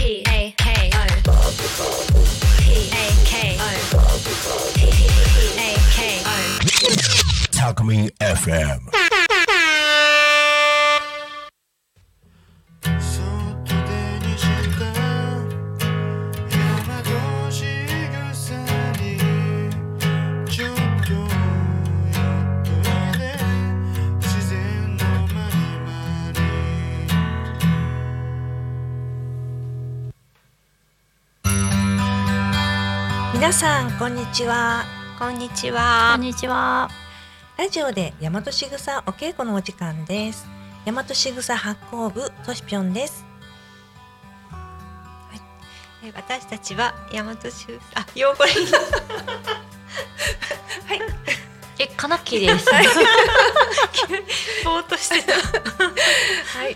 Talkme FM。 皆さんこんにちは。 こんにちは。 こんにちは。 ラジオで大和しぐさお稽古のお時間です。大和しぐさ発行部としぴょんです。 私たちは大和しぐさようこりんはいかなっきですぼーっとしてたはい、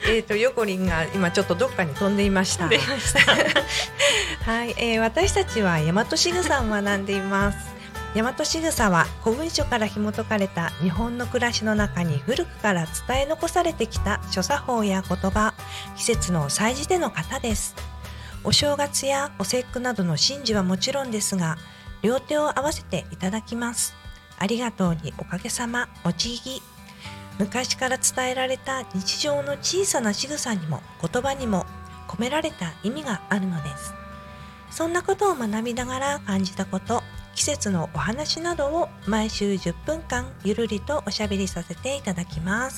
よこりんが今ちょっとどっかに飛んでいました。 出ましたはい、私たちは大和しぐさを学んでいます。大和しぐさは古文書から紐解かれた日本の暮らしの中に古くから伝え残されてきた諸作法や言葉、季節の祭事での型です。お正月やお節句などの神事はもちろんですが、両手を合わせていただきます。ありがとうにおかげさま、お辞儀。昔から伝えられた日常の小さな仕草にも言葉にも込められた意味があるのです。そんなことを学びながら感じたこと、季節のお話などを毎週10分間ゆるりとおしゃべりさせていただきます。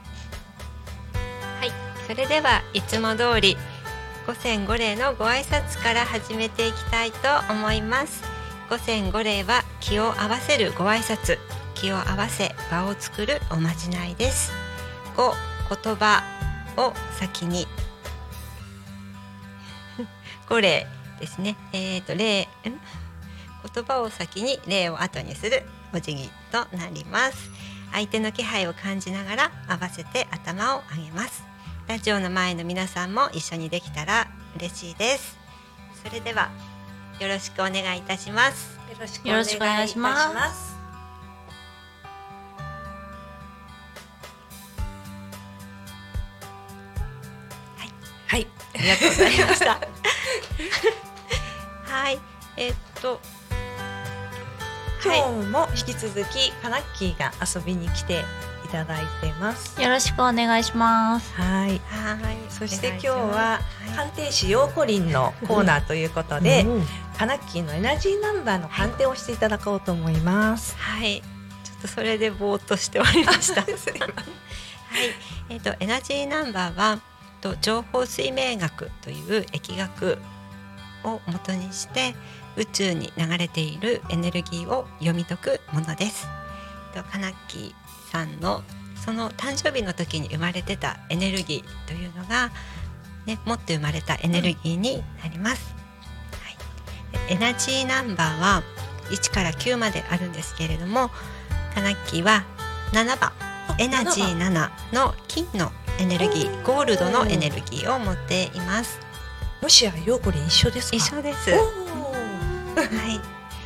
はい、それではいつも通り五千五礼のご挨拶から始めていきたいと思います。五千五礼は気を合わせるご挨拶、気を合わせ場を作るおまじないです。五、言葉を先に五礼ですね。礼、言葉を先に礼を後にするお辞儀となります。相手の気配を感じながら合わせて頭を上げます。ラジオの前の皆さんも一緒にできたら嬉しいです。それではよろしくお願いいたします。 よろしくお願いいたします。はい、 ありがとうございましたはい、 今日も引き続きカナッキーが遊びに来ていただいてます。 よろしくお願いします。 はい、 はい、 そして今日は鑑定士ようこりんのコーナーということで、カナッキーのエナジーナンバーの鑑定をしていただこうと思います。 はい、ちょっとそれでぼーっとしておりましたはい、エナジーナンバーは情報水明学という疫学を元にして宇宙に流れているエネルギーを読み解くものです。カナッキーさんのその誕生日の時に生まれてたエネルギーというのが、持って生まれたエネルギーになります。エナジーナンバーは1から9まであるんですけれども、カナッキーは7番エナジー7の金のエネルギー、ゴールドのエネルギーを持っています。 もしやようこりん一緒ですか？ 一緒です。はい。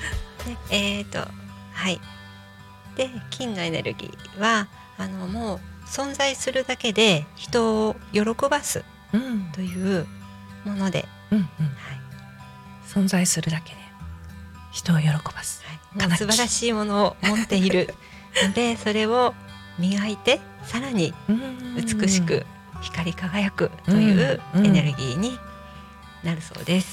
はい。で、金のエネルギーはもう存在するだけで人を喜ばすというもので、 存在するだけで人を喜ばす、 もう素晴らしいものを持っているので、それを磨いてさらに美しく光り輝くというエネルギーになるそうです。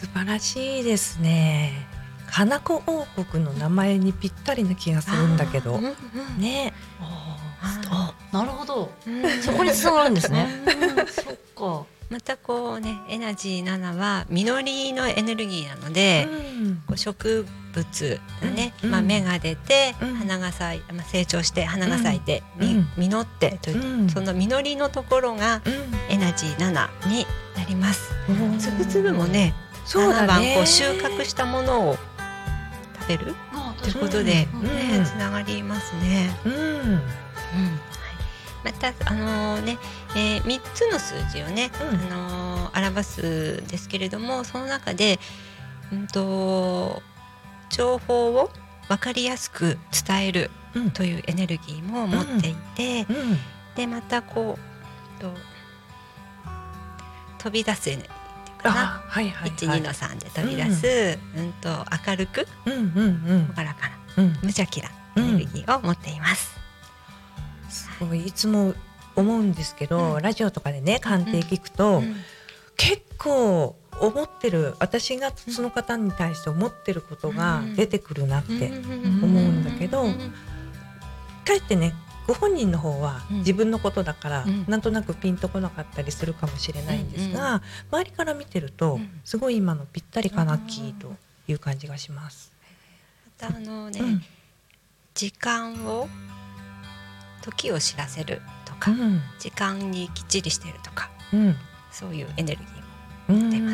素晴らしいですね。かなこ王国の名前にぴったりな気がするんだけどね。 なるほど、そこにつながるんですねそっか。 またエナジー7は実りのエネルギーなので、植物が芽が出て、花が咲い、成長して花が咲いて、実ってという、その実りのところがエナジー7になります。つぶつぶもね、7番収穫したものを食べるということでつながりますね。また3つの数字をね、表すんですけれども、その中で、情報を分かりやすく伝えるというエネルギーも持っていて、でまた飛び出すエネルギーというかな、 はいはいはい、 1、2の3で飛び出す、明るく朗らかな、無邪気なエネルギーを持っています。 すごいいつも思うんですけど、ラジオとかでね鑑定聞くと、結構思ってる、私がその方に対して思ってることが出てくるなって思うんだけど、かえってねご本人の方は自分のことだから、なんとなくピンとこなかったりするかもしれないんですが、周りから見てると、すごい今のぴったりかなきという感じがします。 また時間を時を知らせるとか、時間にきっちりしているとか、そういうエネルギーも持っています。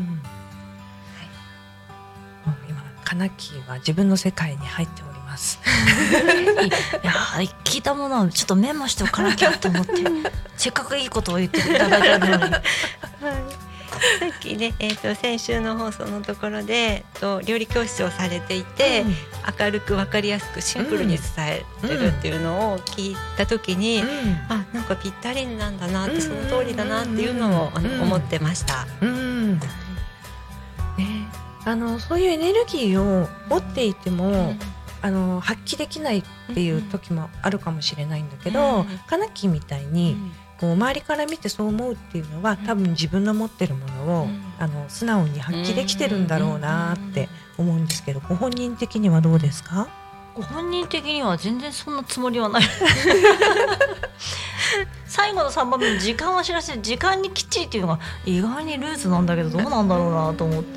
今カナキは自分の世界に入っております。 いや聞いたものをちょっとメモしておかなきゃと思ってせっかくいいことを言っていただいたのに、 さっきね、先週の放送のところで料理教室をされていて、明るく分かりやすくシンプルに伝えてるっていうのを聞いた時に、なんかぴったりなんだなって、その通りだなっていうのを思ってました。 そういうエネルギーを持っていても、発揮できないっていう時もあるかもしれないんだけど、カナキみたいにこう周りから見てそう思うっていうのは、多分自分の持ってるものを素直に発揮できてるんだろうなって思うんですけど、ご本人的にはどうですか？ ご本人的には全然そんなつもりはない最後の3番目の時間は知らせる、時間にきっちりっていうのが意外にルーツなんだけど、どうなんだろうなと思って。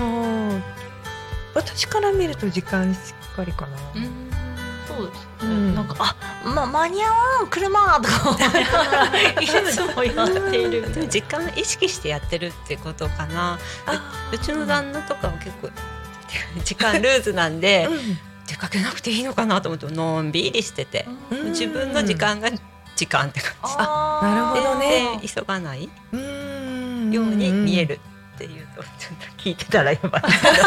私から見ると時間しっかりかな。 そうですね、なんか間に合わん車とか思いながらいつもやっているみたいな。 時間意識してやってるってことかな。うちの旦那とかは結構時間ルーズなんで、出かけなくていいのかなと思ってのんびりしてて、自分の時間が時間って感じ。 なるほどね。 全然急がないように見えるっていうと、ちょっと聞いてたらやばい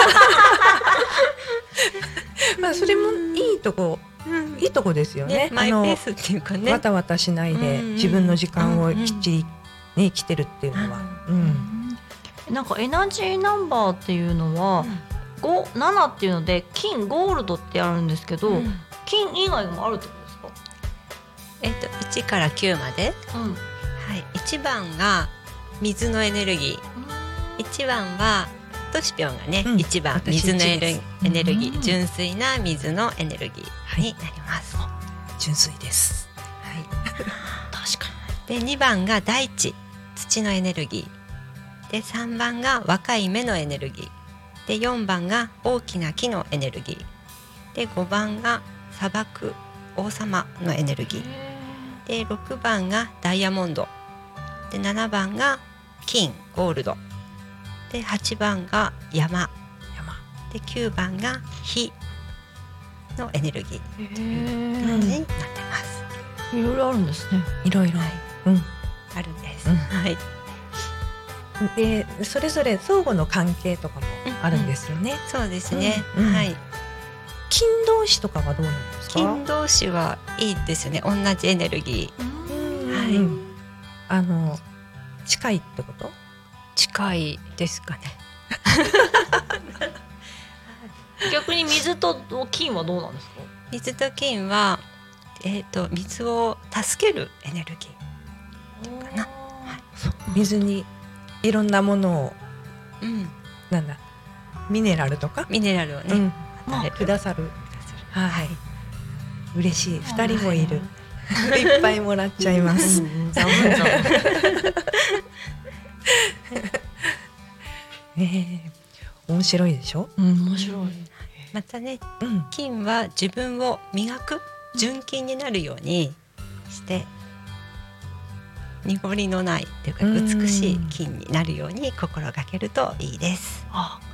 まあそれもいいとこ、いいとこですよね。 マイペースっていうかね、 わたわたしないで自分の時間をきっちりね生きてるっていうのは、 なんかエナジーナンバーっていうのは5、7っていうので金、ゴールドってあるんですけど、金以外もあるってことですか ？1から9まで、1番が水のエネルギー、1番はトシピョンがね、1番水のエネルギー、純粋な水のエネルギーになります。 純粋です。 確かに。で2番が大地、土のエネルギーで、3番が若い芽のエネルギーで、4番が大きな木のエネルギーで、5番が砂漠、王様のエネルギーで、6番がダイヤモンドで、7番が金、ゴールドで、8番が山で、9番が火のエネルギーという感じになってます。 いろいろあるんですね。 いろいろ、 あるんです。 でそれぞれ相互の関係とかもあるんですよね。 そうですね。 金同士とかはどうなんですか？ 金同士はいいですよね。同じエネルギー。 近いってこと？ 近いですかね。 逆に水と金はどうなんですか？ 水と金は、水を助けるエネルギーかな。 水にいろんなものを、なんだ、ミネラルとか、 ミネラルをね、 くださる。嬉しい。2人もいる。いっぱいもらっちゃいます。面白いでしょ？ 面白い。 またね、金は自分を磨く、純金になるようにして濁りのないというか美しい金になるように心がけるといいです。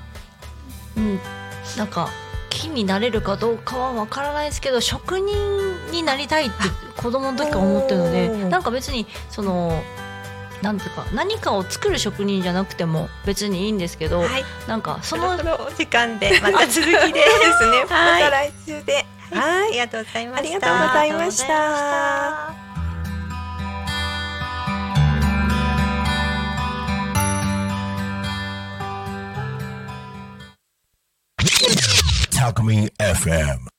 なんか金になれるかどうかはわからないですけど、職人になりたいって子供の時から思ってるので、なんか別にそのなんていうか、何かを作る職人じゃなくても別にいいんですけど、なんかそのお時間でまた続きですね。 また来週で。 ありがとうございました。 ありがとうございました。 Talk Me FM